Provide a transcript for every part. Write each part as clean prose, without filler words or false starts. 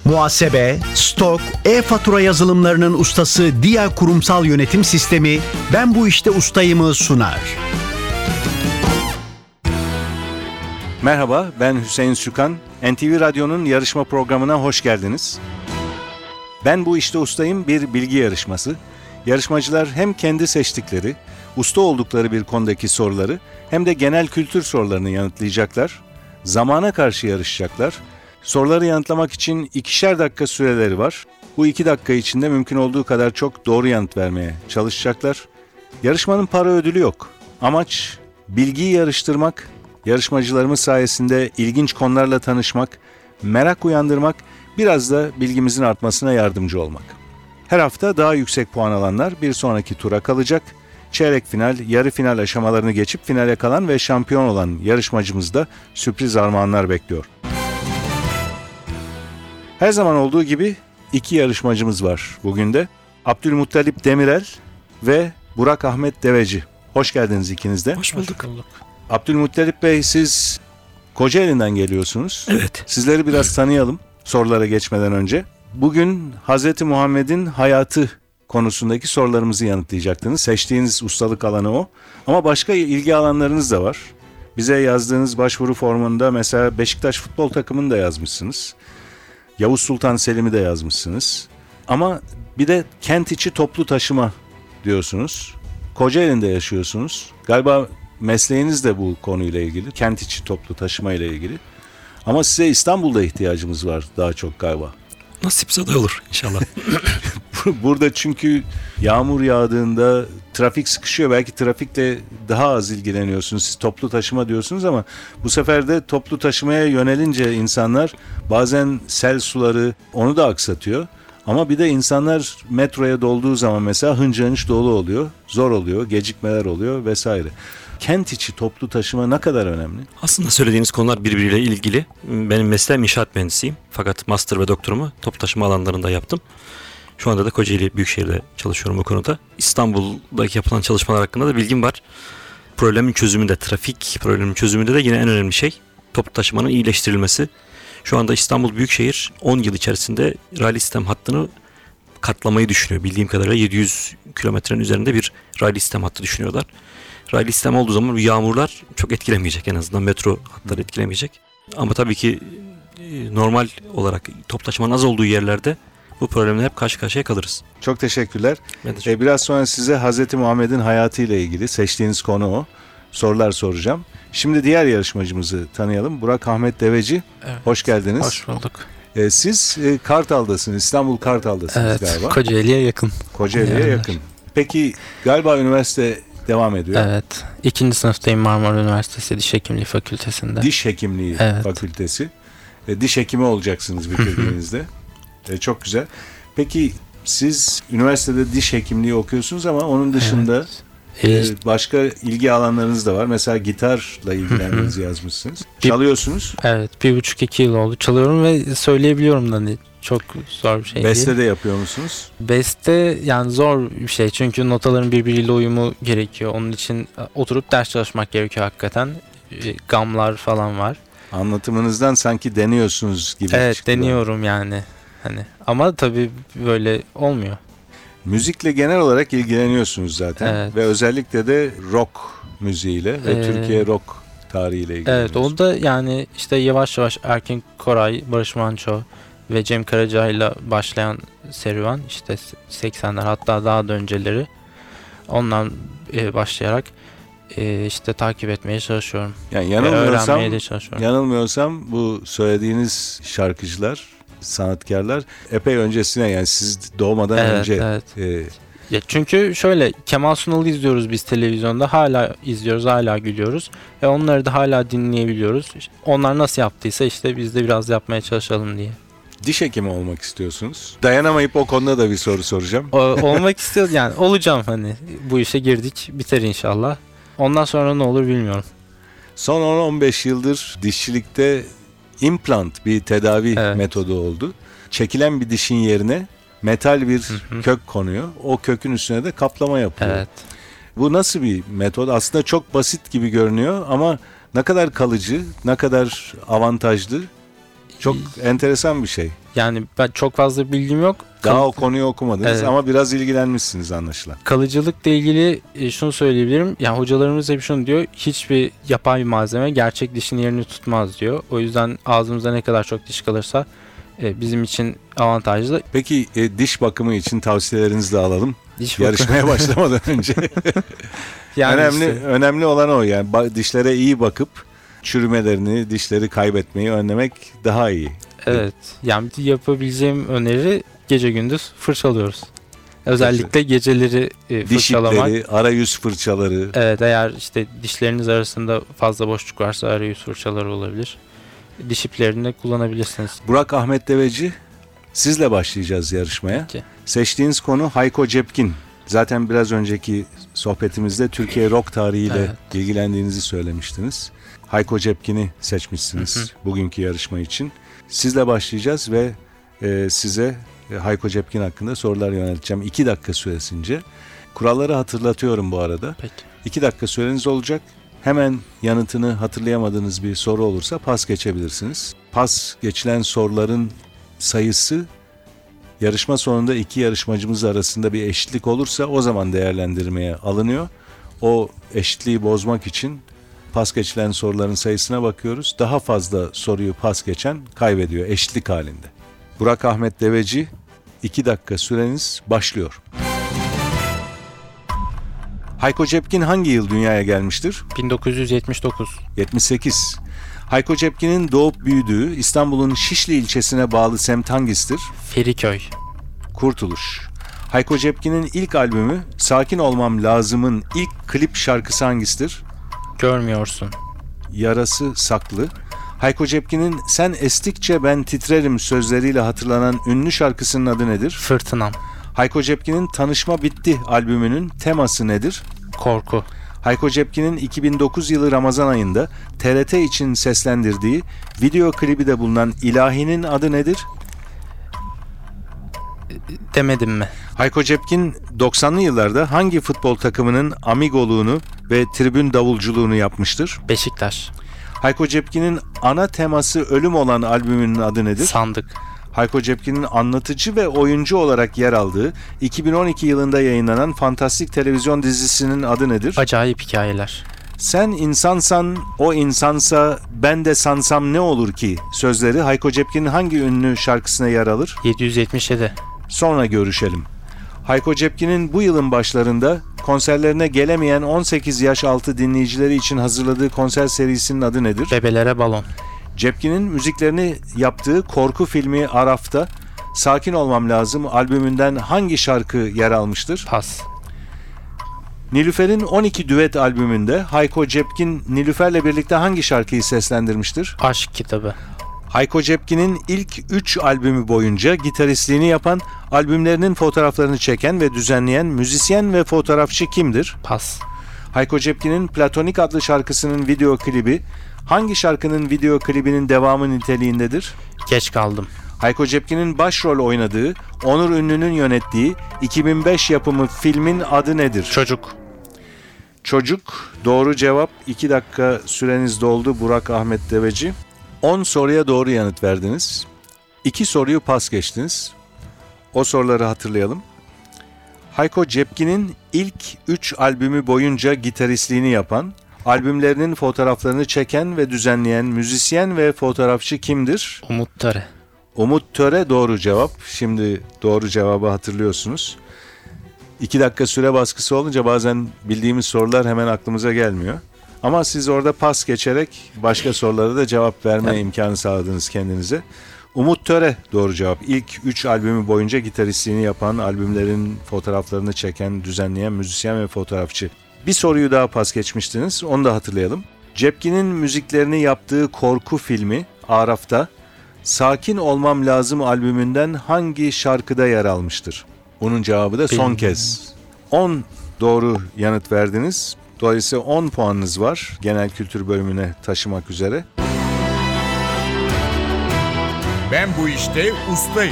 Muhasebe, stok, e-fatura yazılımlarının ustası Dia Kurumsal Yönetim Sistemi Ben Bu İşte Ustayım'ı sunar. Merhaba, ben Hüseyin Sükan. NTV Radyo'nun yarışma programına hoş geldiniz. Ben Bu İşte Ustayım bir bilgi yarışması. Yarışmacılar hem kendi seçtikleri, usta oldukları bir konudaki soruları hem de genel kültür sorularını yanıtlayacaklar. Zamana karşı yarışacaklar. Soruları yanıtlamak için 2'şer dakika süreleri var. Bu 2 dakika içinde mümkün olduğu kadar çok doğru yanıt vermeye çalışacaklar. Yarışmanın para ödülü yok. Amaç bilgiyi yarıştırmak, yarışmacılarımız sayesinde ilginç konularla tanışmak, merak uyandırmak, biraz da bilgimizin artmasına yardımcı olmak. Her hafta daha yüksek puan alanlar bir sonraki tura kalacak. Çeyrek final, yarı final aşamalarını geçip finale kalan ve şampiyon olan yarışmacımızda sürpriz armağanlar bekliyor. Her zaman olduğu gibi 2 yarışmacımız var bugün de. Abdülmuttalip Demirel ve Burak Ahmet Deveci. Hoş geldiniz ikiniz de. Hoş bulduk. Abdülmuttalip Bey, siz Kocaeli'nden geliyorsunuz. Evet. Sizleri biraz tanıyalım sorulara geçmeden önce. Bugün Hz. Muhammed'in hayatı konusundaki sorularımızı yanıtlayacaktınız. Seçtiğiniz ustalık alanı o. Ama başka ilgi alanlarınız da var. Bize yazdığınız başvuru formunda mesela Beşiktaş futbol takımını da yazmışsınız. Yavuz Sultan Selim'i de yazmışsınız. Ama bir de kent içi toplu taşıma diyorsunuz. Kocaeli'nde yaşıyorsunuz. Galiba mesleğiniz de bu konuyla ilgili. Kent içi toplu taşıma ile ilgili. Ama size İstanbul'da ihtiyacımız var daha çok galiba. Nasipse de olur inşallah. Burada çünkü yağmur yağdığında trafik sıkışıyor. Belki trafikle daha az ilgileniyorsunuz. Siz toplu taşıma diyorsunuz ama bu sefer de toplu taşımaya yönelince insanlar bazen sel suları onu da aksatıyor. Ama bir de insanlar metroya dolduğu zaman mesela hınca hınç dolu oluyor. Zor oluyor, gecikmeler oluyor vesaire. Kent içi toplu taşıma ne kadar önemli? Aslında söylediğiniz konular birbiriyle ilgili. Benim mesleğim inşaat mühendisiyim. Fakat master ve doktorumu toplu taşıma alanlarında yaptım. Şu anda da Kocaeli Büyükşehir'de çalışıyorum bu konuda. İstanbul'daki yapılan çalışmalar hakkında da bilgim var. Problemin çözümünde, trafik probleminin çözümünde de yine en önemli şey toplu taşımanın iyileştirilmesi. Şu anda İstanbul Büyükşehir 10 yıl içerisinde raylı sistem hattını katlamayı düşünüyor. Bildiğim kadarıyla 700 kilometrenin üzerinde bir raylı sistem hattı düşünüyorlar. Raylı sistem olduğu zaman bu yağmurlar çok etkilemeyecek, en azından metro hatları etkilemeyecek. Ama tabii ki normal olarak toplu taşımanın az olduğu yerlerde bu problemle hep karşı karşıya kalırız. Çok teşekkürler. Biraz sonra size Hz. Muhammed'in hayatıyla ilgili seçtiğiniz konu o. Sorular soracağım. Şimdi diğer yarışmacımızı tanıyalım. Burak Ahmet Deveci. Evet. Hoş geldiniz. Hoş bulduk. Siz Kartal'dasınız. İstanbul Kartal'dasınız evet, galiba. Evet. Kocaeli'ye yakın. Kocaeli'ye yakın. Peki galiba üniversite devam ediyor. Evet. 2. sınıftayım Marmara Üniversitesi Diş Hekimliği Fakültesi'nde. Diş Hekimliği Fakültesi. Diş hekimi olacaksınız bitirdiğinizde. Çok güzel. Peki siz üniversitede diş hekimliği okuyorsunuz ama onun dışında başka ilgi alanlarınız da var. Mesela gitarla ilgilendiğinizi yazmışsınız. Çalıyorsunuz. Evet. 1,5-2 yıl oldu. Çalıyorum ve söyleyebiliyorum da hani çok zor bir şey değil. Beste de yapıyor musunuz? Beste yani zor bir şey. Çünkü notaların birbiriyle uyumu gerekiyor. Onun için oturup ders çalışmak gerekiyor hakikaten. Gamlar falan var. Anlatımınızdan sanki deniyorsunuz gibi. Evet, çıktı. deniyorum yani. Hani ama tabii böyle olmuyor. Müzikle genel olarak ilgileniyorsunuz zaten. Evet. Ve özellikle de rock müziğiyle ve Türkiye rock tarihiyle ilgileniyorsunuz. Evet, o da yani işte yavaş yavaş Erkin Koray, Barış Manço ve Cem Karaca'yla başlayan serüven, işte 80'ler hatta daha da önceleri, ondan başlayarak işte takip etmeye çalışıyorum. Yani öğrenmeye de çalışıyorum. Yanılmıyorsam bu söylediğiniz şarkıcılar, sanatkarlar epey öncesine, yani siz doğmadan önce. Evet. Ya çünkü şöyle, Kemal Sunal'ı izliyoruz biz televizyonda, hala izliyoruz, hala gülüyoruz ve onları da hala dinleyebiliyoruz. Onlar nasıl yaptıysa işte biz de biraz yapmaya çalışalım diye. Diş hekimi olmak istiyorsunuz. Dayanamayıp o konuda da bir soru soracağım. Olmak istiyoruz yani, olacağım, hani bu işe girdik, biter inşallah. Ondan sonra ne olur bilmiyorum. Son 10-15 yıldır dişçilikte implant bir tedavi metodu oldu. Çekilen bir dişin yerine metal bir kök konuyor. O kökün üstüne de kaplama yapılıyor. Evet. Bu nasıl bir metod? Aslında çok basit gibi görünüyor ama ne kadar kalıcı, ne kadar avantajlı? Çok enteresan bir şey. Yani ben çok fazla bilgim yok. Daha o konuyu okumadınız Evet. ama biraz ilgilenmişsiniz anlaşılan. Kalıcılıkla ilgili şunu söyleyebilirim. Yani hocalarımız hep şunu diyor. Hiçbir yapay malzeme gerçek dişin yerini tutmaz diyor. O yüzden ağzımıza ne kadar çok diş kalırsa bizim için avantajlı. Peki diş bakımı için tavsiyelerinizi de alalım. Diş Yarışmaya başlamadan önce. yani Önemli olan o yani. Dişlere iyi bakıp çürümelerini, dişleri kaybetmeyi önlemek daha iyi. Evet. Yani yapabileceğim öneri gece gündüz fırçalıyoruz. Özellikle geceleri Diş fırçalamak. ipleri, arayüz fırçaları. Evet, eğer işte dişleriniz arasında fazla boşluk varsa arayüz fırçaları olabilir. Diş iplerini de kullanabilirsiniz. Burak Ahmet Deveci, sizle başlayacağız yarışmaya. Peki. Seçtiğiniz konu Hayko Cepkin. Zaten biraz önceki sohbetimizde Türkiye rock tarihiyle Evet. ilgilendiğinizi söylemiştiniz. Hayko Cepkin'i seçmişsiniz bugünkü yarışma için. Sizle başlayacağız ve size Hayko Cepkin hakkında sorular yönelteceğim. 2 dakika süresince. Kuralları hatırlatıyorum bu arada. Peki. 2 dakika süreniz olacak. Hemen yanıtını hatırlayamadığınız bir soru olursa pas geçebilirsiniz. Pas geçilen soruların sayısı yarışma sonunda 2 yarışmacımız arasında bir eşitlik olursa o zaman değerlendirmeye alınıyor. O eşitliği bozmak için pas geçilen soruların sayısına bakıyoruz. Daha fazla soruyu pas geçen kaybediyor eşitlik halinde. Burak Ahmet Deveci, 2 dakika süreniz başlıyor. Hayko Cepkin hangi yıl dünyaya gelmiştir? 1979. 78. Hayko Cepkin'in doğup büyüdüğü İstanbul'un Şişli ilçesine bağlı semt hangisidir? Feriköy. Kurtuluş. Hayko Cepkin'in ilk albümü Sakin Olmam Lazım'ın ilk klip şarkısı hangisidir? Görmüyorsun. Yarası saklı. Hayko Cepkin'in Sen estikçe ben titrerim sözleriyle hatırlanan ünlü şarkısının adı nedir? Fırtınam. Hayko Cepkin'in Tanışma Bitti albümünün teması nedir? Korku. Hayko Cepkin'in 2009 yılı Ramazan ayında TRT için seslendirdiği video klibi de bulunan İlahi'nin adı nedir? Demedim mi? Hayko Cepkin 90'lı yıllarda hangi futbol takımının amigoluğunu ve tribün davulculuğunu yapmıştır? Beşiktaş. Hayko Cepkin'in ana teması ölüm olan albümünün adı nedir? Sandık. Hayko Cepkin'in anlatıcı ve oyuncu olarak yer aldığı 2012 yılında yayınlanan fantastik televizyon dizisinin adı nedir? Acayip hikayeler. Sen insansan, o insansa, ben de sansam ne olur ki sözleri Hayko Cepkin'in hangi ünlü şarkısına yer alır? 777. Sonra görüşelim. Hayko Cepkin'in bu yılın başlarında konserlerine gelemeyen 18 yaş altı dinleyicileri için hazırladığı konser serisinin adı nedir? Bebelere balon. Cepkin'in müziklerini yaptığı korku filmi Araf'ta Sakin Olmam Lazım albümünden hangi şarkı yer almıştır? Pas. Nilüfer'in 12 düet albümünde Hayko Cepkin Nilüfer'le birlikte hangi şarkıyı seslendirmiştir? Aşk kitabı. Hayko Cepkin'in ilk 3 albümü boyunca gitaristliğini yapan, albümlerinin fotoğraflarını çeken ve düzenleyen müzisyen ve fotoğrafçı kimdir? Pas. Hayko Cepkin'in Platonik adlı şarkısının video klibi hangi şarkının video klibinin devamı niteliğindedir? Geç kaldım. Hayko Cepkin'in başrol oynadığı, Onur Ünlü'nün yönettiği 2005 yapımı filmin adı nedir? Çocuk. Çocuk. Doğru cevap. 2 dakika süreniz doldu Burak Ahmet Deveci. 10 soruya doğru yanıt verdiniz. 2 soruyu pas geçtiniz. O soruları hatırlayalım. Hayko Cepkin'in ilk 3 albümü boyunca gitaristliğini yapan, albümlerinin fotoğraflarını çeken ve düzenleyen müzisyen ve fotoğrafçı kimdir? Umut Töre. Umut Töre doğru cevap. Şimdi doğru cevabı hatırlıyorsunuz. 2 dakika süre baskısı olunca bazen bildiğimiz sorular hemen aklımıza gelmiyor. Ama siz orada pas geçerek başka sorulara da cevap verme imkanı sağladınız kendinize. Umut Töre doğru cevap. İlk 3 albümü boyunca gitaristliğini yapan, albümlerin fotoğraflarını çeken, düzenleyen müzisyen ve fotoğrafçı. Bir soruyu daha pas geçmiştiniz. Onu da hatırlayalım. Cepkin'in müziklerini yaptığı korku filmi Araf'ta Sakin Olmam Lazım albümünden hangi şarkıda yer almıştır? Bunun cevabı da son kez. 10 doğru yanıt verdiniz. Dolayısıyla 10 puanınız var genel kültür bölümüne taşımak üzere. Ben bu işte ustayım.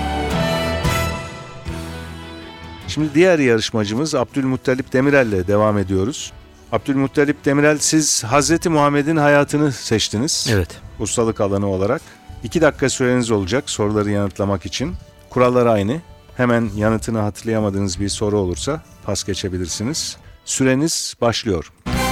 Şimdi diğer yarışmacımız Abdülmuttalip Demirel ile devam ediyoruz. Abdülmuttalip Demirel, siz Hazreti Muhammed'in hayatını seçtiniz. Evet. Ustalık alanı olarak. 2 dakika süreniz olacak soruları yanıtlamak için. Kurallar aynı. Hemen yanıtını hatırlayamadığınız bir soru olursa pas geçebilirsiniz. Süreniz başlıyor.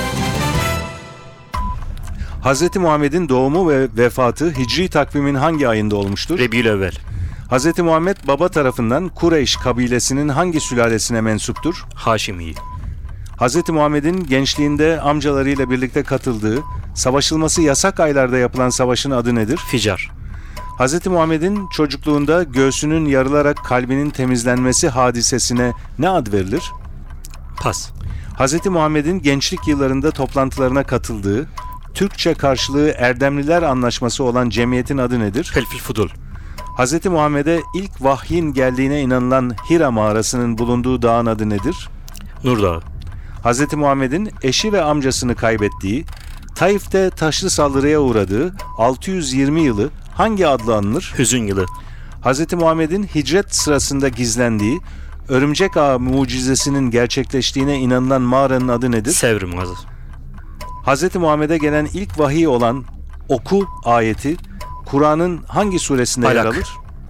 Hz. Muhammed'in doğumu ve vefatı Hicri takvimin hangi ayında olmuştur? Rebiülevvel. Hz. Muhammed baba tarafından Kureyş kabilesinin hangi sülalesine mensuptur? Haşimi. Hz. Muhammed'in gençliğinde amcalarıyla birlikte katıldığı, savaşılması yasak aylarda yapılan savaşın adı nedir? Ficar. Hz. Muhammed'in çocukluğunda göğsünün yarılarak kalbinin temizlenmesi hadisesine ne ad verilir? Pas. Hz. Muhammed'in gençlik yıllarında toplantılarına katıldığı, Türkçe karşılığı Erdemliler Anlaşması olan cemiyetin adı nedir? Helfil Fudul. Hz. Muhammed'e ilk vahyin geldiğine inanılan Hira mağarasının bulunduğu dağın adı nedir? Nur Dağı. Hz. Muhammed'in eşi ve amcasını kaybettiği, Taif'te taşlı saldırıya uğradığı 620 yılı hangi adla anılır? Hüzün yılı. Hz. Muhammed'in hicret sırasında gizlendiği, örümcek ağı mucizesinin gerçekleştiğine inanılan mağaranın adı nedir? Sevr mağazası. Hz. Muhammed'e gelen ilk vahiy olan Oku ayeti, Kur'an'ın hangi suresinde yer Alak. alır?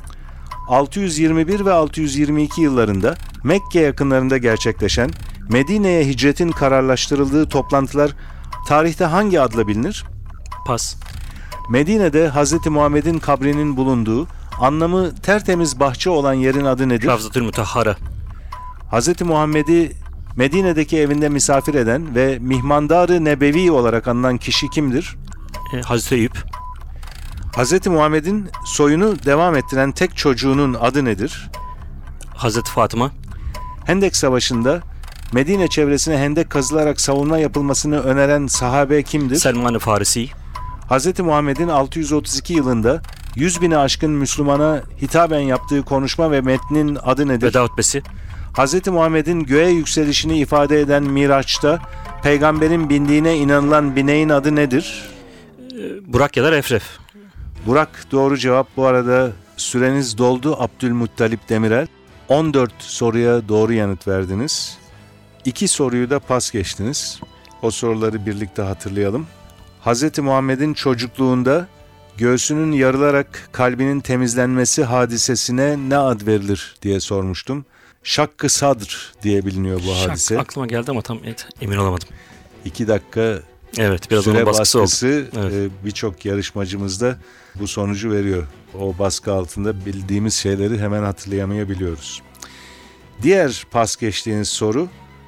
621 ve 622 yıllarında Mekke yakınlarında gerçekleşen Medine'ye hicretin kararlaştırıldığı toplantılar tarihte hangi adla bilinir? Pas. Medine'de Hz. Muhammed'in kabrinin bulunduğu, anlamı tertemiz bahçe olan yerin adı nedir? Ravzatül Mutahhara. Hz. Muhammed'i Medine'deki evinde misafir eden ve Mihmandar-ı Nebevi olarak anılan kişi kimdir? Hazreti Eyüp. Hz. Muhammed'in soyunu devam ettiren tek çocuğunun adı nedir? Hazreti Fatıma. Hendek Savaşı'nda Medine çevresine hendek kazılarak savunma yapılmasını öneren sahabe kimdir? Selman-ı Farisi. Hz. Muhammed'in 632 yılında 100 bini aşkın Müslümana hitaben yaptığı konuşma ve metnin adı nedir? Veda hutbesi. Hz. Muhammed'in göğe yükselişini ifade eden Miraç'ta peygamberin bindiğine inanılan bineğin adı nedir? Burak ya da Refref. Burak doğru cevap. Bu arada süreniz doldu Abdülmuttalip Demirel. 14 soruya doğru yanıt verdiniz. 2 soruyu da pas geçtiniz. O soruları birlikte hatırlayalım. Hz. Muhammed'in çocukluğunda göğsünün yarılarak kalbinin temizlenmesi hadisesine ne ad verilir diye sormuştum. Şakkı sadr diye biliniyor bu hadise. Aklıma geldi ama tam emin olamadım. 2 dakika Evet, biraz süre onun baskısı oldu. Evet. Birçok yarışmacımız da bu sonucu veriyor. O baskı altında bildiğimiz şeyleri hemen hatırlayamayabiliyoruz. Diğer pas geçtiğiniz soru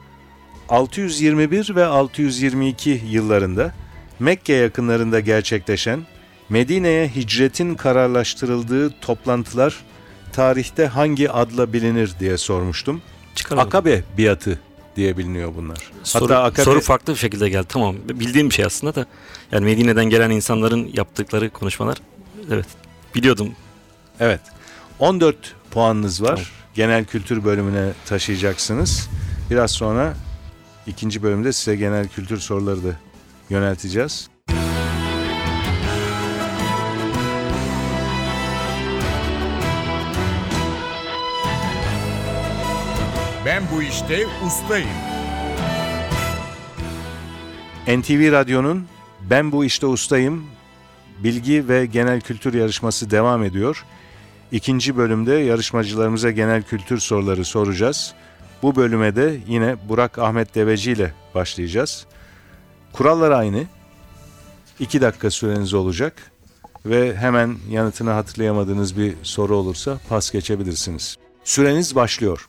621 ve 622 yıllarında Mekke yakınlarında gerçekleşen Medine'ye hicretin kararlaştırıldığı toplantılar tarihte hangi adla bilinir diye sormuştum. Çıkaramadım. Akabe biatı diye biliniyor bunlar. Soru farklı bir şekilde geldi. Tamam, bildiğim bir şey aslında da. Yani Medine'den gelen insanların yaptıkları konuşmalar. Evet, biliyordum. Evet. 14 puanınız var. Tamam. Genel kültür bölümüne taşıyacaksınız. Biraz sonra ikinci bölümde size genel kültür soruları da yönelteceğiz. Ben bu işte ustayım. NTV Radyo'nun Ben Bu İşte Ustayım bilgi ve genel kültür yarışması devam ediyor. İkinci bölümde yarışmacılarımıza genel kültür soruları soracağız. Bu bölüme de yine Burak Ahmet Deveci ile başlayacağız. Kurallar aynı. 2 dakika süreniz olacak ve hemen yanıtını hatırlayamadığınız bir soru olursa pas geçebilirsiniz. Süreniz başlıyor.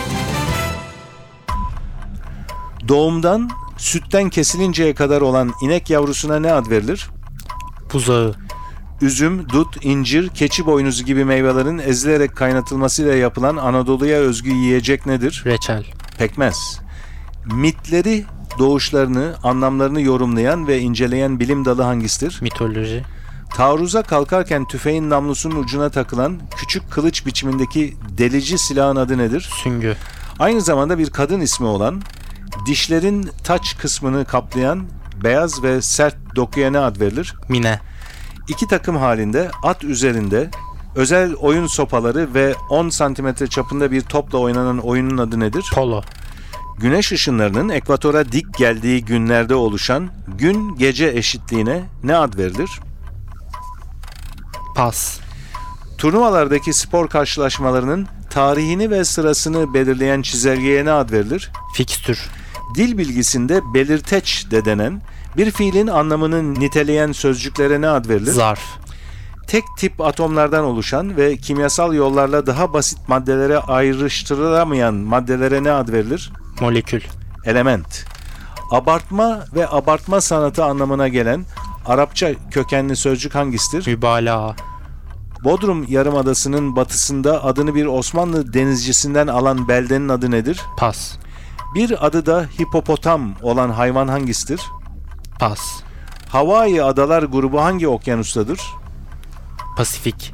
Doğumdan sütten kesilinceye kadar olan inek yavrusuna ne ad verilir? Buzağı. Üzüm, dut, incir, keçi boynuzu gibi meyvelerin ezilerek kaynatılmasıyla yapılan Anadolu'ya özgü yiyecek nedir? Reçel. Pekmez. Mitleri, doğuşlarını, anlamlarını yorumlayan ve inceleyen bilim dalı hangisidir? Mitoloji. Taarruza kalkarken tüfeğin namlusunun ucuna takılan küçük kılıç biçimindeki delici silahın adı nedir? Süngü. Aynı zamanda bir kadın ismi olan, dişlerin taç kısmını kaplayan beyaz ve sert dokuya ne ad verilir? Mine. 2 takım halinde at üzerinde özel oyun sopaları ve 10 santimetre çapında bir topla oynanan oyunun adı nedir? Polo. Güneş ışınlarının ekvatora dik geldiği günlerde oluşan gün-gece eşitliğine ne ad verilir? Pas. Turnuvalardaki spor karşılaşmalarının tarihini ve sırasını belirleyen çizelgeye ne ad verilir? Fikstür. Dil bilgisinde belirteç de denen bir fiilin anlamını niteleyen sözcüklere ne ad verilir? Zarf. Tek tip atomlardan oluşan ve kimyasal yollarla daha basit maddelere ayrıştırılamayan maddelere ne ad verilir? Molekül. Element. Abartma ve abartma sanatı anlamına gelen Arapça kökenli sözcük hangisidir? Mübalağa. Bodrum Yarımadası'nın batısında adını bir Osmanlı denizcisinden alan beldenin adı nedir? Pas. Bir adı da hipopotam olan hayvan hangisidir? Pas. Hawaii Adalar grubu hangi okyanustadır? Pasifik.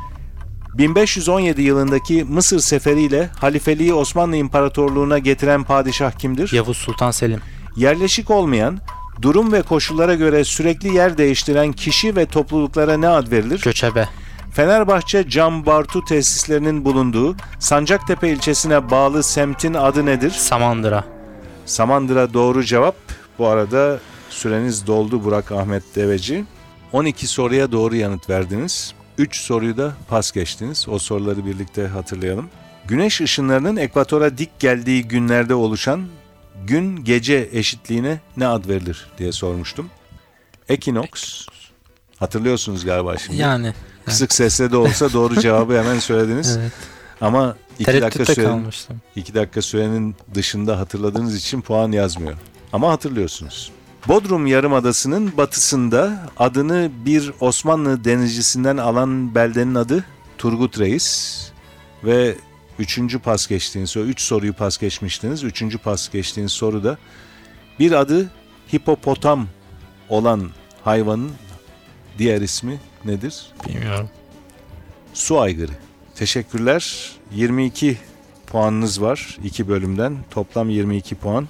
1517 yılındaki Mısır seferiyle halifeliği Osmanlı İmparatorluğu'na getiren padişah kimdir? Yavuz Sultan Selim. Yerleşik olmayan, durum ve koşullara göre sürekli yer değiştiren kişi ve topluluklara ne ad verilir? Göçebe. Fenerbahçe Cam Bartu tesislerinin bulunduğu Sancaktepe ilçesine bağlı semtin adı nedir? Samandıra. Samandıra doğru cevap. Bu arada süreniz doldu Burak Ahmet Deveci. 12 soruya doğru yanıt verdiniz. 3 soruyu da pas geçtiniz. O soruları birlikte hatırlayalım. Güneş ışınlarının ekvatora dik geldiği günlerde oluşan gün-gece eşitliğine ne ad verilir diye sormuştum. Ekinoks. Hatırlıyorsunuz galiba şimdi. Yani. Kısık sesle de olsa doğru cevabı hemen söylediniz. Evet. Ama 2 Tereddütte kalmıştım. 2 dakika sürenin dışında hatırladığınız için puan yazmıyor. Ama hatırlıyorsunuz. Bodrum Yarımadası'nın batısında adını bir Osmanlı denizcisinden alan beldenin adı Turgut Reis ve 3. pas geçtiğiniz, 3 soruyu pas geçmiştiniz. 3. pas geçtiğiniz soruda bir adı hipopotam olan hayvanın diğer ismi nedir? Bilmiyorum. Su aygırı. Teşekkürler. 22 puanınız var 2 bölümden. Toplam 22 puan.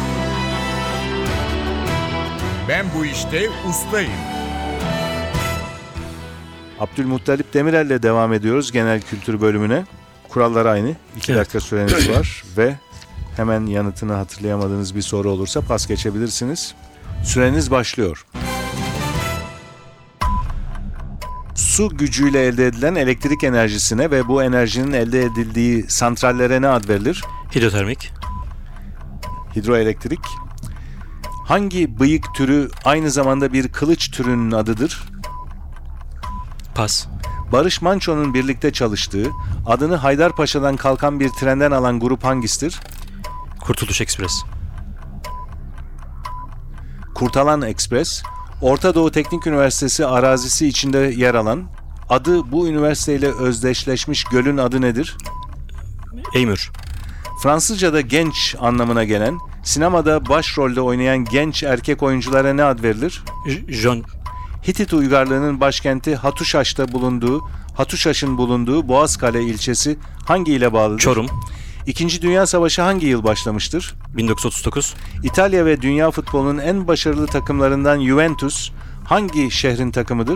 Ben bu işte ustayım. Abdülmuttalip Demirel ile devam ediyoruz genel kültür bölümüne. Kurallar aynı. 2 Evet. dakika süreniz var ve hemen yanıtını hatırlayamadığınız bir soru olursa pas geçebilirsiniz. Süreniz başlıyor. Su gücüyle elde edilen elektrik enerjisine ve bu enerjinin elde edildiği santrallere ne ad verilir? Hidrotermik. Hidroelektrik. Hangi bıyık türü aynı zamanda bir kılıç türünün adıdır? Pas. Barış Manço'nun birlikte çalıştığı, adını Haydarpaşa'dan kalkan bir trenden alan grup hangisidir? Kurtuluş Ekspres. Kurtalan Ekspres, Orta Doğu Teknik Üniversitesi arazisi içinde yer alan, adı bu üniversiteyle özdeşleşmiş gölün adı nedir? Eymür. Fransızca'da genç anlamına gelen, sinemada başrolde oynayan genç erkek oyunculara ne ad verilir? John. Hitit uygarlığının başkenti Hatuşaş'ın bulunduğu Boğazkale ilçesi hangi ile bağlıdır? Çorum. İkinci Dünya Savaşı hangi yıl başlamıştır? 1939. İtalya ve dünya futbolunun en başarılı takımlarından Juventus hangi şehrin takımıdır?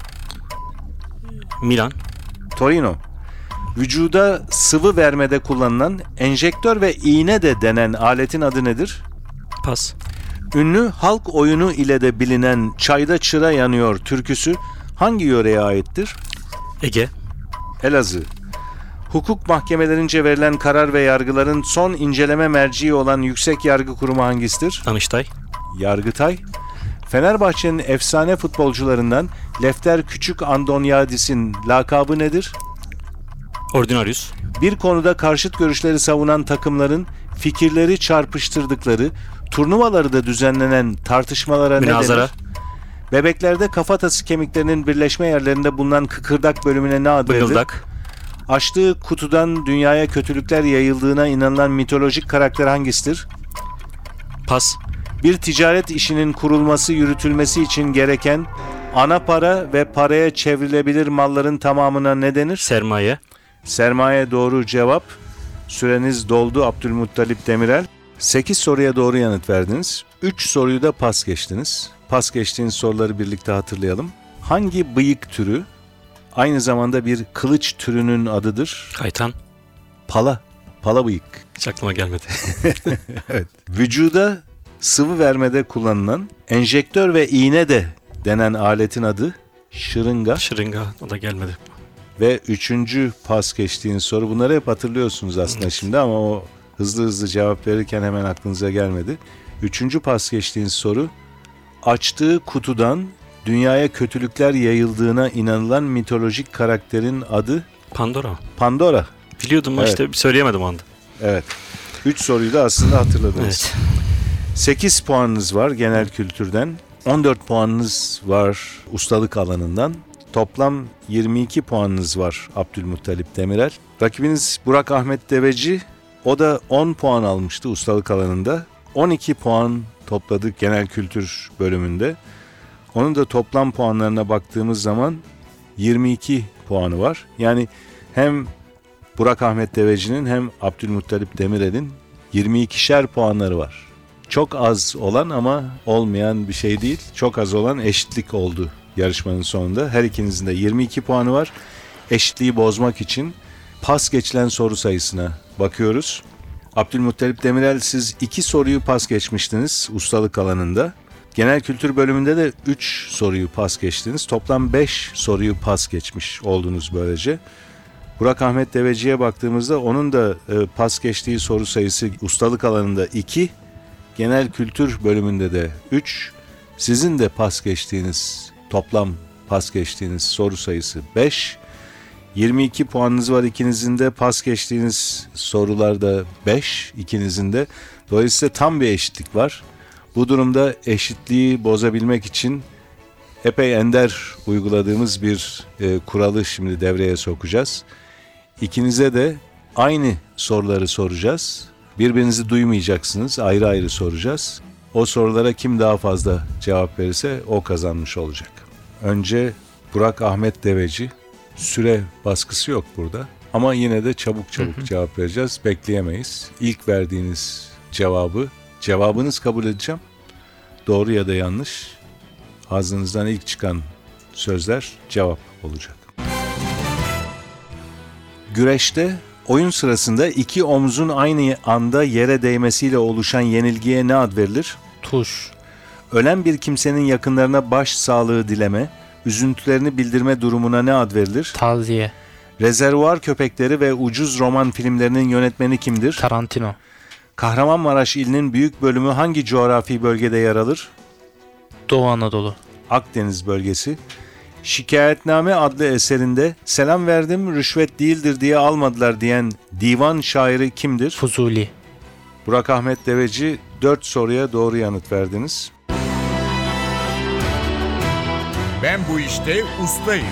Milan. Torino. Vücuda sıvı vermede kullanılan enjektör ve iğne de denen aletin adı nedir? Pas. Ünlü halk oyunu ile de bilinen Çayda Çıra Yanıyor türküsü hangi yöreye aittir? Ege. Elazığ. Hukuk mahkemelerince verilen karar ve yargıların son inceleme merciği olan Yüksek Yargı Kurumu hangisidir? Danıştay. Yargıtay. Fenerbahçe'nin efsane futbolcularından Lefter Küçük Andonyadis'in lakabı nedir? Ordinarius. Bir konuda karşıt görüşleri savunan takımların fikirleri çarpıştırdıkları, turnuvaları da düzenlenen tartışmalara ne Münazara. denir? Bebeklerde kafatası kemiklerinin birleşme yerlerinde bulunan kıkırdak bölümüne ne ad verilir? Bıngıldak. Açtığı kutudan dünyaya kötülükler yayıldığına inanılan mitolojik karakter hangisidir? Pas. Bir ticaret işinin kurulması, yürütülmesi için gereken ana para ve paraya çevrilebilir malların tamamına ne denir? Sermaye. Sermaye doğru cevap. Süreniz doldu Abdülmuttalip Demirel. 8 soruya doğru yanıt verdiniz. 3 soruyu da pas geçtiniz. Pas geçtiğiniz soruları birlikte hatırlayalım. Hangi bıyık türü aynı zamanda bir kılıç türünün adıdır? Kaytan. Pala. Pala bıyık. Hiç aklıma gelmedi. Evet. Vücuda sıvı vermede kullanılan enjektör ve iğne de denen aletin adı şırınga Şırınga o da gelmedi. ve 3. pas geçtiğiniz soru. Bunları hep hatırlıyorsunuz aslında şimdi ama o hızlı cevap verirken hemen aklınıza gelmedi. 3. pas geçtiğiniz soru, açtığı kutudan dünyaya kötülükler yayıldığına inanılan mitolojik karakterin adı Pandora. Pandora. Biliyordum ama Evet. işte söyleyemedim o anda. Evet. 3 soruyu da aslında hatırladınız. Evet. 8 puanınız var genel kültürden. 14 puanınız var ustalık alanından. Toplam 22 puanınız var Abdülmuttalip Demirel. Rakibiniz Burak Ahmet Deveci. O da 10 puan almıştı ustalık alanında. 12 puan topladık genel kültür bölümünde. Onun da toplam puanlarına baktığımız zaman 22 puanı var. Yani hem Burak Ahmet Deveci'nin hem Abdülmuttalip Demirel'in 22'şer puanları var. Çok az olan ama olmayan bir şey değil. Çok az olan eşitlik oldu yarışmanın sonunda. Her ikinizin de 22 puanı var. Eşitliği bozmak için pas geçilen soru sayısına bakıyoruz. Abdülmuttalip Demirel, siz 2 soruyu pas geçmiştiniz ustalık alanında. Genel kültür bölümünde de 3 soruyu pas geçtiniz. Toplam 5 soruyu pas geçmiş oldunuz böylece. Burak Ahmet Deveci'ye baktığımızda onun da pas geçtiği soru sayısı ustalık alanında 2, genel kültür bölümünde de 3. Sizin de pas geçtiğiniz, toplam pas geçtiğiniz soru sayısı 5. 22 puanınız var ikinizin de, pas geçtiğiniz sorularda 5 ikinizin de. Dolayısıyla tam bir eşitlik var. Bu durumda eşitliği bozabilmek için epey ender uyguladığımız bir kuralı şimdi devreye sokacağız. İkinize de aynı soruları soracağız. Birbirinizi duymayacaksınız, ayrı ayrı soracağız. O sorulara kim daha fazla cevap verirse o kazanmış olacak. Önce Burak Ahmet Deveci. Süre baskısı yok burada ama yine de çabuk cevap vereceğiz. Bekleyemeyiz. İlk verdiğiniz cevabınız kabul edeceğim. Doğru ya da yanlış. Ağzınızdan ilk çıkan sözler cevap olacak. Güreşte oyun sırasında iki omzun aynı anda yere değmesiyle oluşan yenilgiye ne ad verilir? Tuş. Ölen bir kimsenin yakınlarına baş sağlığı dileme, üzüntülerini bildirme durumuna ne ad verilir? Taziye. Rezervuar Köpekleri ve ucuz roman filmlerinin yönetmeni kimdir? Tarantino. Kahramanmaraş ilinin büyük bölümü hangi coğrafi bölgede yer alır? Doğu Anadolu. Akdeniz bölgesi. Şikayetname adlı eserinde selam verdim rüşvet değildir diye almadılar diyen divan şairi kimdir? Fuzuli. Burak Ahmet Deveci, 4 soruya doğru yanıt verdiniz. Ben bu işte ustayım.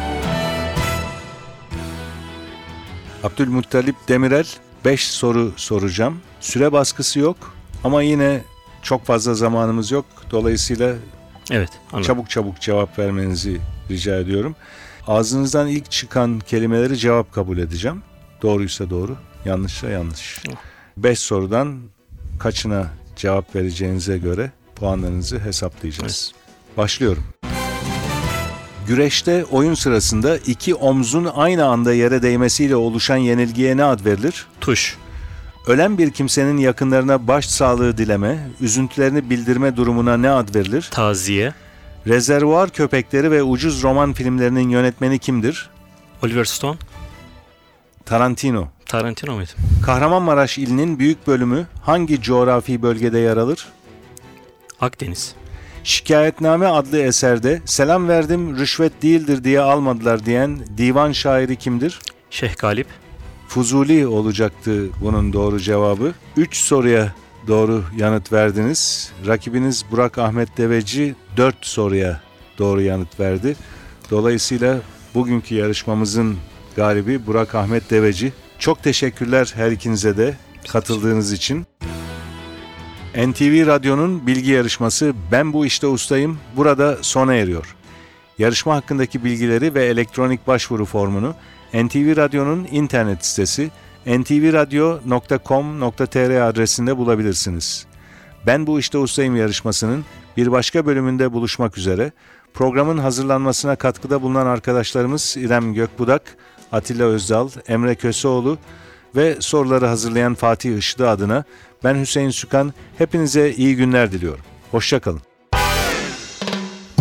Abdülmuttalip Demirel, 5 soru soracağım. Süre baskısı yok ama yine çok fazla zamanımız yok. Dolayısıyla Evet, anladım. çabuk cevap vermenizi rica ediyorum. Ağzınızdan ilk çıkan kelimeleri cevap kabul edeceğim. Doğruysa doğru, yanlışsa yanlış. 5 sorudan kaçına cevap vereceğinize göre puanlarınızı hesaplayacağız. Başlıyorum. Güreşte oyun sırasında iki omzun aynı anda yere değmesiyle oluşan yenilgiye ne ad verilir? Tuş. Ölen bir kimsenin yakınlarına baş sağlığı dileme, üzüntülerini bildirme durumuna ne ad verilir? Taziye. Rezervuar Köpekleri ve ucuz roman filmlerinin yönetmeni kimdir? Oliver Stone. Tarantino. Tarantino muydu? Kahramanmaraş ilinin büyük bölümü hangi coğrafi bölgede yer alır? Akdeniz. Şikayetname adlı eserde selam verdim rüşvet değildir diye almadılar diyen divan şairi kimdir? Şeyh Galip. Fuzuli olacaktı bunun doğru cevabı. 3 soruya doğru yanıt verdiniz. Rakibiniz Burak Ahmet Deveci 4 soruya doğru yanıt verdi. Dolayısıyla bugünkü yarışmamızın galibi Burak Ahmet Deveci. Çok teşekkürler her ikinize de katıldığınız için. NTV Radyo'nun bilgi yarışması Ben Bu İşte Ustayım burada sona eriyor. Yarışma hakkındaki bilgileri ve elektronik başvuru formunu NTV Radyo'nun internet sitesi ntvradio.com.tr adresinde bulabilirsiniz. Ben Bu İşte Ustayım yarışmasının bir başka bölümünde buluşmak üzere. Programın hazırlanmasına katkıda bulunan arkadaşlarımız İrem Gökbudak, Atilla Özdal, Emre Köseoğlu ve soruları hazırlayan Fatih Işıdı adına ben Hüseyin Sükan, hepinize iyi günler diliyorum. Hoşça kalın.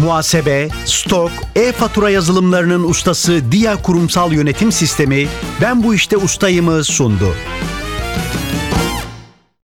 Muhasebe, stok, e-fatura yazılımlarının ustası Dia Kurumsal Yönetim Sistemi Ben Bu İşte Ustayım'ı sundu.